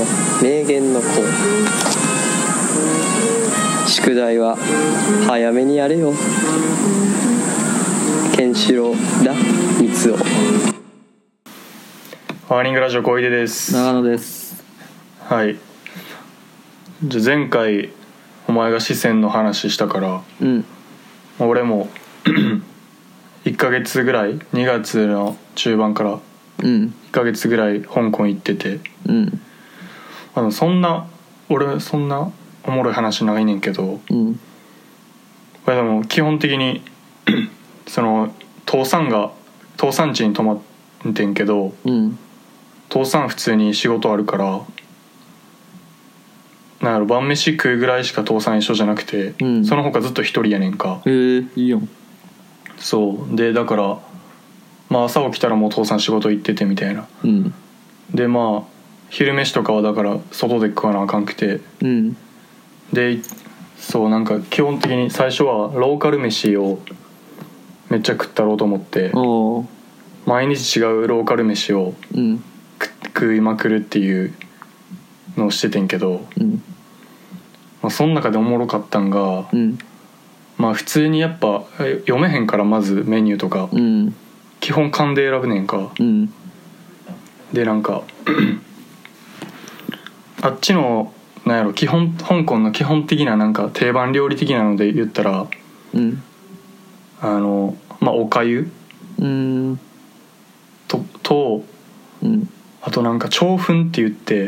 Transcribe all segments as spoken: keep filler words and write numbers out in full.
の名言のコーナー。宿題は早めにやれよ。ケンシロウだ三つを。 ワーニングラジオ小出です。 長野です。 はい。じゃあ前回お前が四川の話したから、 うん、 俺もいっかげつぐらいにがつの中盤からいっかげつぐらい香港行ってて、 うん、 あのそんな俺そんなおもろい話ないねんけど、 うん、 でも基本的にその父さんが父さん家に泊まってんけど、 うん、父さん普通に仕事あるからなんやろ晩飯食うぐらいしか父さん一緒じゃなくて、うん、その他ずっと一人やねんか。 へえ、いいよ。 そうでだからまあ朝起きたらもう父さん仕事行っててみたいな、 うん、 でまあ昼飯とかはだから外で食わなあかんくて、 うん、 でそうなんか基本的に最初はローカル飯をめっちゃ食ったろうと思って毎日違うローカル飯を、うん、食いまくるっていうのをしててんけど、うんまあ、その中でおもろかったんが、うん、まあ普通にやっぱ読めへんからまずメニューとか、うん、基本勘で選ぶねんか、うん、でなんかあっちのなんやろ基本香港の基本的ななんか定番料理的なので言ったら、うん、あのまあおかゆ、うん、とと、うん、あとなんか腸粉って言って、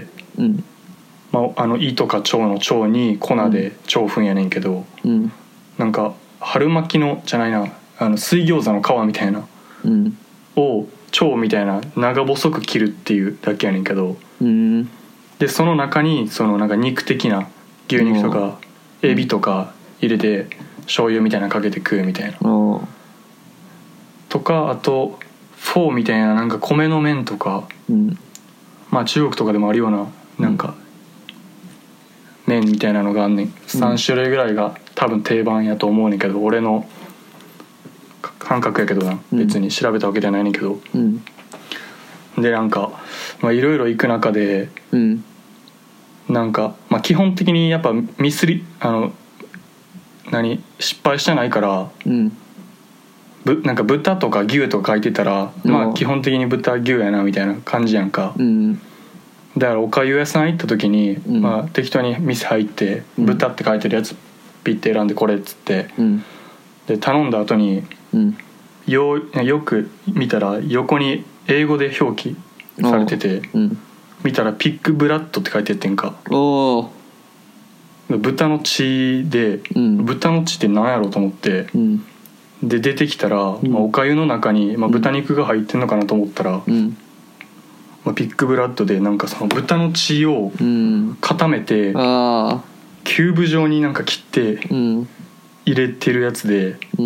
うんまあ、あの胃とか腸の腸に粉で腸粉やねんけど、うん、なんか春巻きのじゃないなあの水餃子の皮みたいな、うん、を腸みたいな長細く切るっていうだけやねんけど、うん、でその中にそのなんか肉的な牛肉とかエビとか入れて醤油みたいなのかけて食うみたいなとか、あとフォーみたいななんか米の麺とか、うん、まあ中国とかでもあるようななんか麺みたいなのがあんねん。さん種類ぐらいが多分定番やと思うねんけど、俺の感覚やけどな、別に調べたわけじゃないねんけど、うん、でなんかいろいろ行く中で、うん、なんか、まあ、基本的にやっぱミスりあの何失敗してないから、うん、ぶなんか豚とか牛とか書いてたら、うん、まあ基本的に豚牛やなみたいな感じやんか、うん、だからおかゆ屋さん行った時に、うんまあ、適当に店入って、うん、豚って書いてるやつピッて選んでこれっつって、うん、で頼んだ後に、うん、よ, よく見たら横に英語で表記されてて、うん、見たらピッグブラッドって書いてってんか。お豚の血で、うん、豚の血って何やろうと思って、うん、で出てきたら、うんまあ、おかゆの中に、まあ、豚肉が入ってんのかなと思ったら、うんまあ、ピッグブラッドでなんかその豚の血を固めて、うん、キューブ状になんか切って入れてるやつで、うん、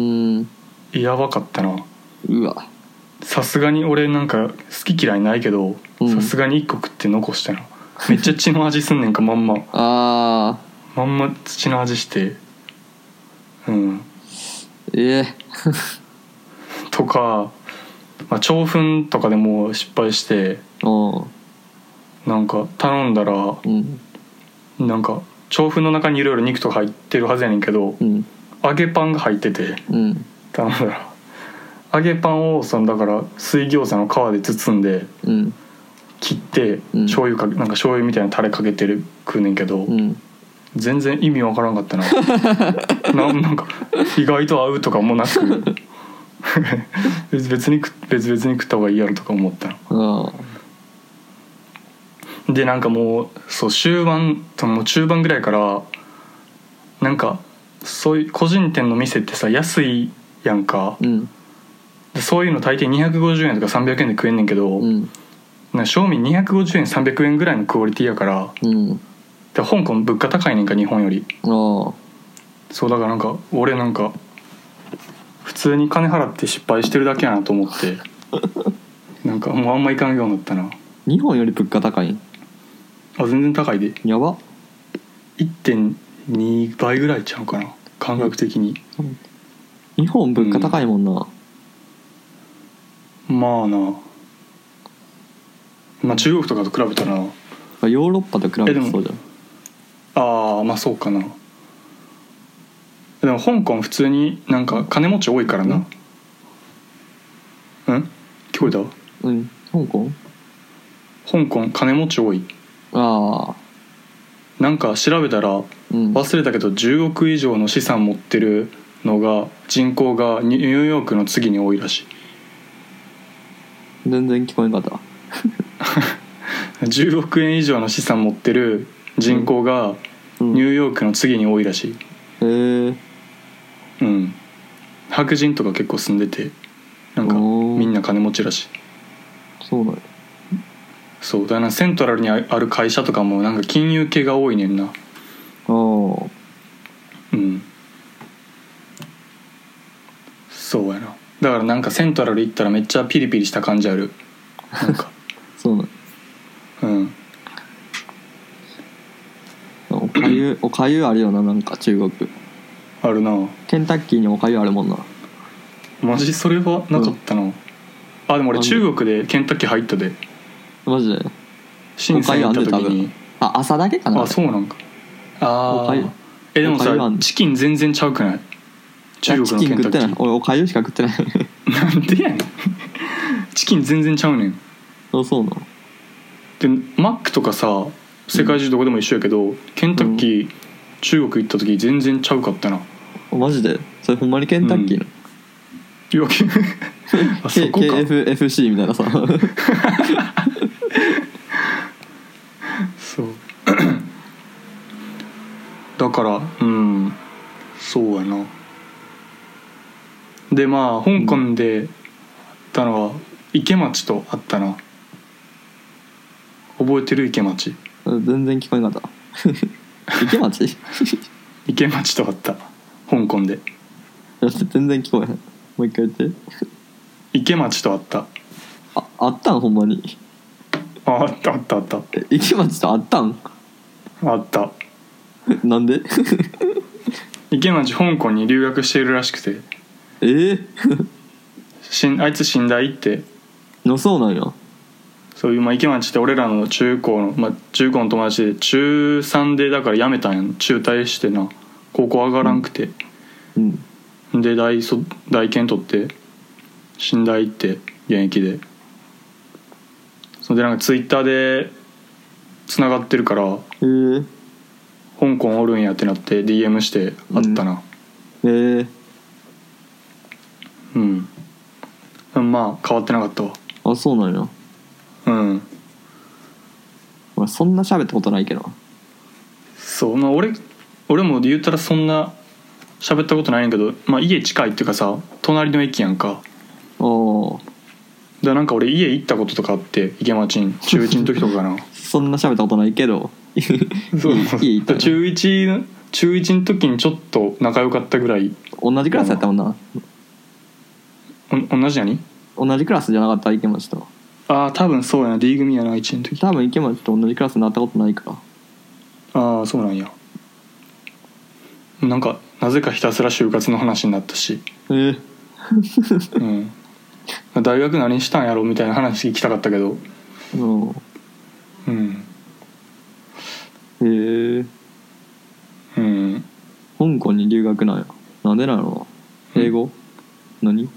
やばかったな。うわさすがに俺なんか好き嫌いないけどさすがにいっこ食って残したな。めっちゃ血の味すんねんかまんまあまんま血の味してうんええとか、まあ、腸粉とかでも失敗してなんか頼んだら、うん、なんか腸粉の中にいろいろ肉とか入ってるはずやねんけど、うん、揚げパンが入ってて、うん、頼んだら揚げパンをそのだから水餃子の皮で包んで、うん、切って醤油かなんか醤油みたいなタレかけてる食うねんけど、うん、全然意味わからんかったなな, なんか意外と合うとかもなく別に別々に食った方がいいやろとか思ったな。でなんかもうそう終盤もう中盤ぐらいからなんかそういう個人店の店ってさ安いやんか、うん、でそういうの大抵にひゃくごじゅうえんとかさんびゃくえんで食えんねんけど、うん、なんか正味にひゃくごじゅうえんさんびゃくえんぐらいのクオリティやから、うん、で香港物価高いねんか日本より。あそうだからなんか俺なんか普通に金払って失敗してるだけやなと思ってなんかもうあんまいかんようになったな。 日本より物価高いん？ あ全然高いで。 やばいってんに 倍ぐらいちゃうかな感覚的に、 うん、日本物価高いもんな、 うん、まあなまあ中国とかと比べたらヨーロッパと比べてそうじゃん。 ああまあそうかな。でも香港普通になんか金持ち多いからな。うん、うん、聞こえた？ うん香港香港金持ち多い。 ああなんか調べたら、うん、忘れたけどじゅうおく以上の資産持ってるのが人口がニューヨークの次に多いらしい。 全然聞こえなかったじゅうおくえん以上の資産持ってる人口がニューヨークの次に多いらしい。 へ、うん、えうん、白人とか結構住んでてなんかみんな金持ちらしい。 そうなんや。 そうだからセントラルにある会社とかもなんか金融系が多いねんな。ああうんそうやな。だからなんかセントラル行ったらめっちゃピリピリした感じあるなんかそうなんうんおかゆおかゆあるよな。なんか中国あるな。 ケンタッキーにおかゆあるもんな。 マジそれはなかったな、うん、あでも俺中国でケンタッキー入ったで。 マジで深セン行った時に。 あ朝だけかな。 あそうなんか。ああえでもさチキン全然ちゃうくない？中国のケンタッキー。チキン食ってない。俺おかゆしか食ってないなんでやねんチキン全然ちゃうねん。 あそうなの。 でマックとかさ世界中どこでも一緒やけど、うん、ケンタッキー、うん、中国行った時全然ちゃうかったな。 マジでそれほんまにケンタッキーの、 うん、いやあそこかケーエフエフシー みたいなさそうだからうんそうやな。でまあ香港であったのは池町とあったな。覚えてる？池町。 全然聞こえなかった池町池町とあった香港で。 全然聞こえへん。もう一回言って。 池町とあった。 ああったんほんまに。 ああったあったあった。 池町とあったん？ あったなんで池町香港に留学しているらしくて。 えー、 しんあいつ寝台行ってのそうなんや。 そういう、まあ、池町って俺らの中高の、まあ、中高の友達で中さんでだから辞めたんやん。中退してな高校上がらんくて、 うんうん、で大そ大研取って寝台行って現役でそれでなんかツイッターでつながってるから、 へー、 香港おるんやってなって ディーエム して会ったな。 うん、へえうんまあ変わってなかったわ。 あそうなんや。 うん俺そんな喋ったことないけど。 そうまあ俺俺も言ったらそんな喋ったことないんやけど、まあ、家近いっていうかさ隣の駅やんか。 おーだからなんか俺家行ったこととかあって池町に中いちの時とかかなそんな喋ったことないけどそう家行った中1中いちの時にちょっと仲良かったぐらい。 同じクラスやったもんな。 お同じ何？ 同じクラスじゃなかった池町と。 ああ多分そうやな D 組やな。いちの時多分池町と同じクラスになったことないから。 ああそうなんや。なんかなぜかひたすら就活の話になったし、 えーうん、大学何したんやろみたいな話聞きたかったけど、 うんうんへえうん、 香港に留学なんや。なんでなの？英語、うん、何？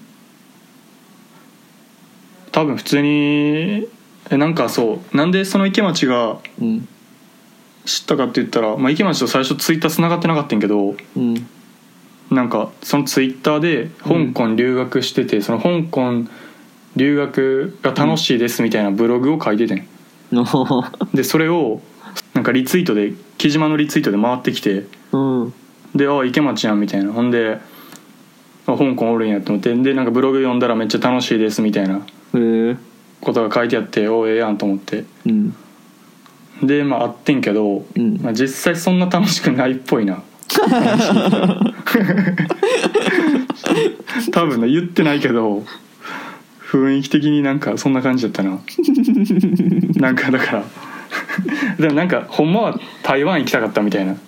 多分普通にえなんかそうなんでその池町が知ったかって言ったら、まあ、池町と最初ツイッター繋がってなかったんやけど、 うん、 なんかそのツイッターで香港留学してて、うん、その香港留学が楽しいですみたいなブログを書いててん、うん、でそれをなんかリツイートで木島のリツイートで回ってきて、うん、であ池町やんみたいな。ほんであ香港おるんやって思ってでなんかブログ読んだらめっちゃ楽しいですみたいなことが書いてあっておええやんと思って、うん、でまあ会ってんけど、うんまあ、実際そんな楽しくないっぽいな多分ね言ってないけど雰囲気的になんかそんな感じだったななんかだからでもなんかほんまは台湾行きたかったみたいな。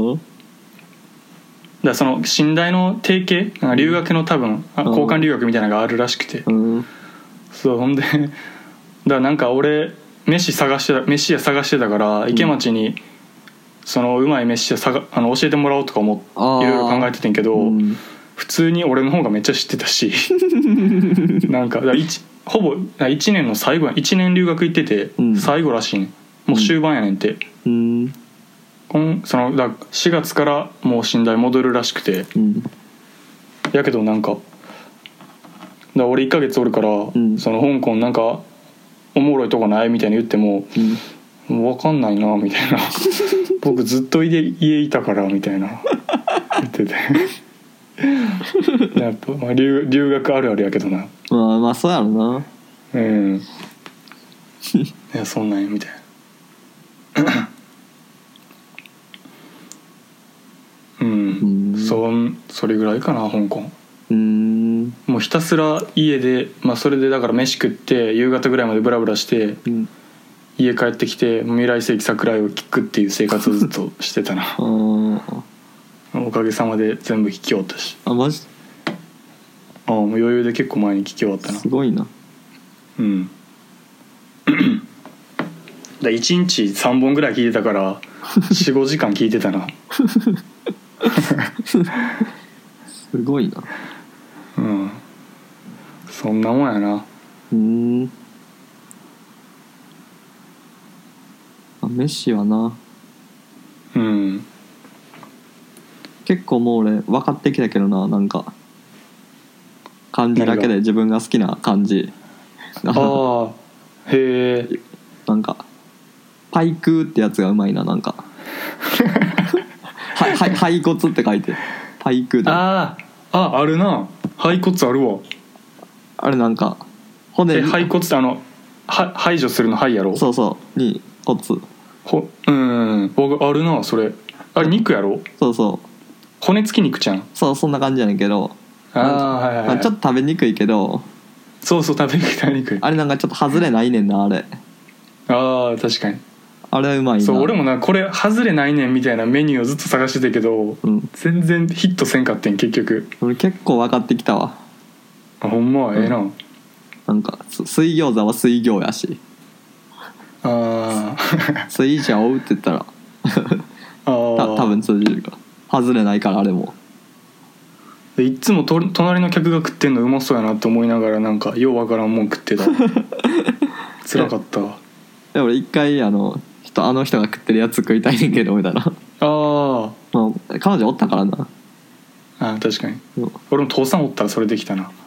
だからその寝台の提携なんか留学の多分交換留学みたいなのがあるらしくて、うん、そうほんでだからなんか俺、 飯探してた飯屋探してたから池町にそのうまい飯屋さがあの教えてもらおうとかもいろいろ考えててんけど、うん、普通に俺の方がめっちゃ知ってたしなんかだ一ほぼいちねんの最後やいちねん留学行ってて最後らしいね、うん、もう終盤やねんて、うん、こんそのだしがつからもう寝台戻るらしくて、うん、やけどなんかだ俺いっかげつおるから、うん、その香港なんかおもろいとこないみたいに言っても、うん、もう分かんないなみたいな僕ずっと家家いたからみたいな言っててやっぱ、まあ、留, 留学あるあるやけどな。 まあまあそうやろな。 うんいやそんなんやみたいなうん、うん、そ, それぐらいかな香港。うーんもうひたすら家で、まあ、それでだから飯食って夕方ぐらいまでブラブラして、うん、家帰ってきて未来世紀桜井を聴くっていう生活をずっとしてたなおかげさまで全部聴き終わったし。 あマジあもう余裕で結構前に聴き終わったな。 すごいな。 うんだいちにちさんぼんぐらい聴いてたから よん,ご 時間聴いてたなすごいな。 うんそんなもんやな。 うーんあメッシはなうん結構もう俺分かってきたけどななんか漢字だけで自分が好きな漢字ああへえなんかパイクーってやつがうまいななんかはは骸骨って書いてパイクーであああるな骸骨あるわあれなんか骨え骸骨ってあのは排除するの肺やろ。 そうそうに骨ほうん僕あるなそれあれ肉やろ。 そうそう骨付き肉ちゃん。 そうそんな感じやねんけどああはいはい、はいまあ、ちょっと食べにくいけどそうそう食べにくい食べにくいあれなんかちょっと外れないねんなあれ。 ああ確かにあれうまいな。 そう俺もなこれ外れないねんみたいなメニューをずっと探してたけど、うん、全然ヒットせんかってん結局。 俺結構分かってきたわ。 あほんま、うん、ええな。 なんか水餃子は水餃やしあ水餃って言ったらた多分通じるから外れないからあれも。 いっつもと隣の客が食ってんのうまそうやなって思いながらなんかようわからんもん食ってた辛かったわ。 で俺一回あの人あの人が食ってるやつ食いたいねんけどみたいなああ、 まあ、彼女おったからな。 あ確かに、うん、俺も父さんおったらそれできたな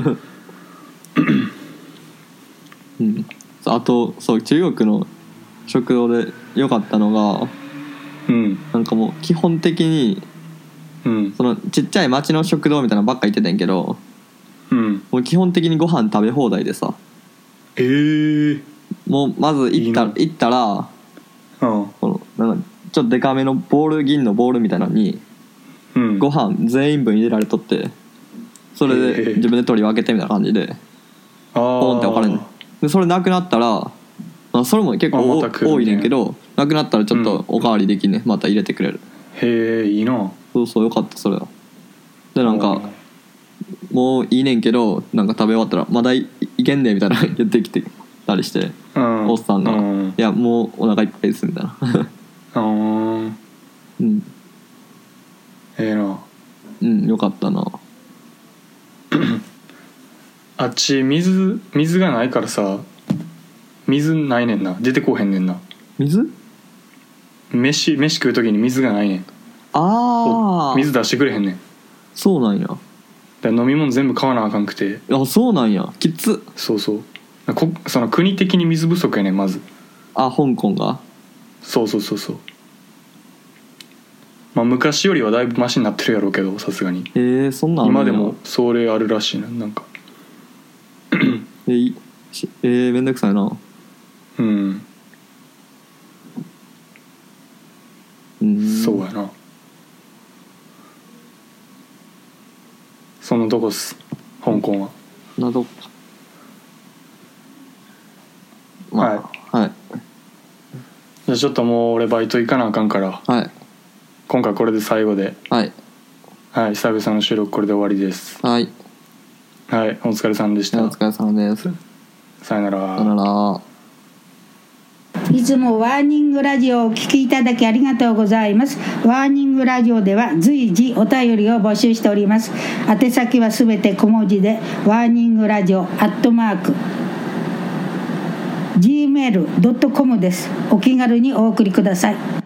うん、あとそう中国の食堂で良かったのが、うん、なんかもう基本的に、うん、そのちっちゃい町の食堂みたいなのばっか行ってたんやけど、うん、もう基本的にご飯食べ放題でさえー、 もうまず行った、いい行ったら、うん、このなんかちょっとデカめのボール銀のボールみたいなのに、うん、ご飯全員分入れられとってそれで自分で取り分けてみたいな感じでポンって分かれるのでそれなくなったら、まあ、それも結構多いねんけどなくなったらちょっとおかわりできんね、うん、また入れてくれる。 へえいいな。 そうそうよかったそれは。でなんかもういいねんけどなんか食べ終わったらまだ い, いけんねんみたいな言ってきてたりして、うん、おっさんが、うん、いやもうお腹いっぱいですみたいなあうんええな。 うんよかったなあっち水水がないからさ水ないねんな出てこうへんねんな。 水飯飯食う時に水がないねん。 ああ水出してくれへんねん。 そうなんや。 だ飲み物全部買わなあかんくて。 あそうなんやきつ。 そうそうこその国的に水不足やねんまず。 あ香港が。 そうそうそうそう。まあ昔よりはだいぶマシになってるやろうけどさすがに。 えー、そんなん今でもそれあるらしいななんかえー、えー、めんどくさいな。 うんそうやな。そのどこっす香港は。 など、 まあ、はいはい。じゃあちょっともう俺バイト行かなあかんから、 はい、 今回これで最後で、 はいはい久々の収録これで終わりです。 はいはいお疲れさんでした。 お疲れさまです。 さよなら。 さよなら。 いつもワーニングラジオをお聞きいただきありがとうございます。ワーニングラジオでは随時お便りを募集しております。宛先はすべて小文字でワーニングラジオアットマーク ジーメールドットコム です。お気軽にお送りください。